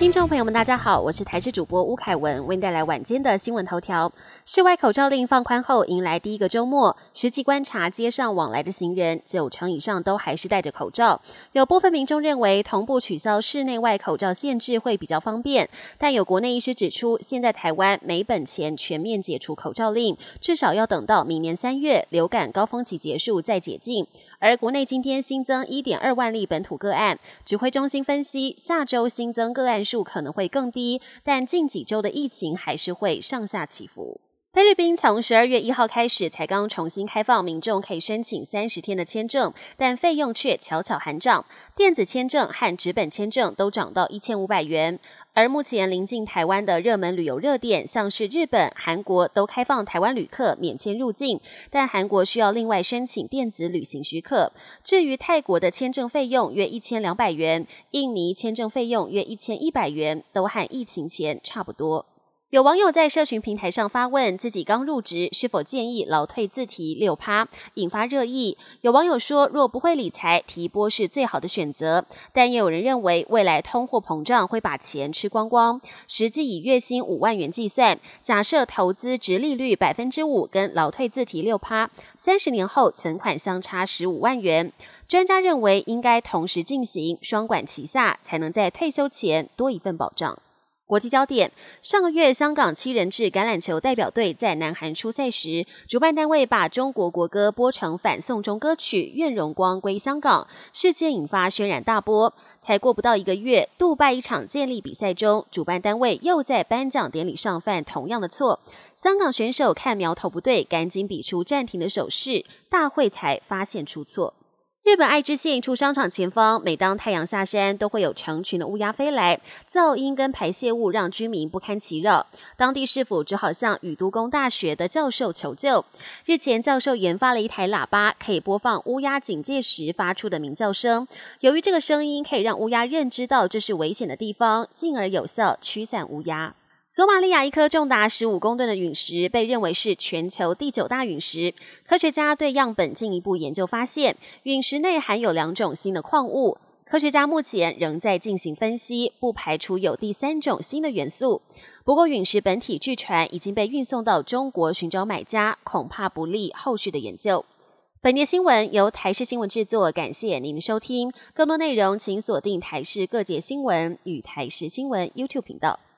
听众朋友们，大家好，我是台视主播吴凯文，为您带来晚间的新闻头条。室外口罩令放宽后，迎来第一个周末，实际观察街上往来的行人，90%以上都还是戴着口罩。有部分民众认为，同步取消室内外口罩限制会比较方便，但有国内医师指出，现在台湾没本钱全面解除口罩令，至少要等到明年3月流感高峰期结束再解禁。而国内今天新增 1.2 万例本土个案，指挥中心分析，下周新增个案数可能会更低，但近几周的疫情还是会上下起伏。菲律宾从12月1号开始才刚重新开放，民众可以申请30天的签证，但费用却悄悄喊涨，电子签证和纸本签证都涨到1500元。而目前临近台湾的热门旅游热点，像是日本、韩国都开放台湾旅客免签入境，但韩国需要另外申请电子旅行许可。至于泰国的签证费用约1200元，印尼签证费用约1100元，都和疫情前差不多。有网友在社群平台上发问，自己刚入职是否建议劳退自提 6%， 引发热议。有网友说，若不会理财，提拨是最好的选择，但也有人认为未来通货膨胀会把钱吃光光。实际以月薪5万元计算，假设投资殖利率 5% 跟劳退自提 6%，30年后存款相差15万元。专家认为应该同时进行，双管齐下，才能在退休前多一份保障。国际焦点，上个月香港7人制橄榄球代表队在南韩出赛时，主办单位把中国国歌播成反送中歌曲《愿荣光归香港》，事件引发轩然大波。才过不到1个月，杜拜一场健力比赛中，主办单位又在颁奖典礼上犯同样的错。香港选手看苗头不对，赶紧比出暂停的手势，大会才发现出错。日本爱知县一处商场前方，每当太阳下山，都会有成群的乌鸦飞来，噪音跟排泄物让居民不堪其扰。当地市府只好向宇都宫大学的教授求救。日前，教授研发了一台喇叭，可以播放乌鸦警戒时发出的鸣叫声。由于这个声音可以让乌鸦认知到这是危险的地方，进而有效驱散乌鸦。索马利亚一颗重达15公吨的陨石被认为是全球第9大陨石。科学家对样本进一步研究发现，陨石内含有2种新的矿物。科学家目前仍在进行分析，不排除有第3种新的元素。不过，陨石本体据传已经被运送到中国寻找买家，恐怕不利后续的研究。本节新闻由台视新闻制作，感谢您的收听。更多内容请锁定台视各节新闻与台视新闻 YouTube 频道。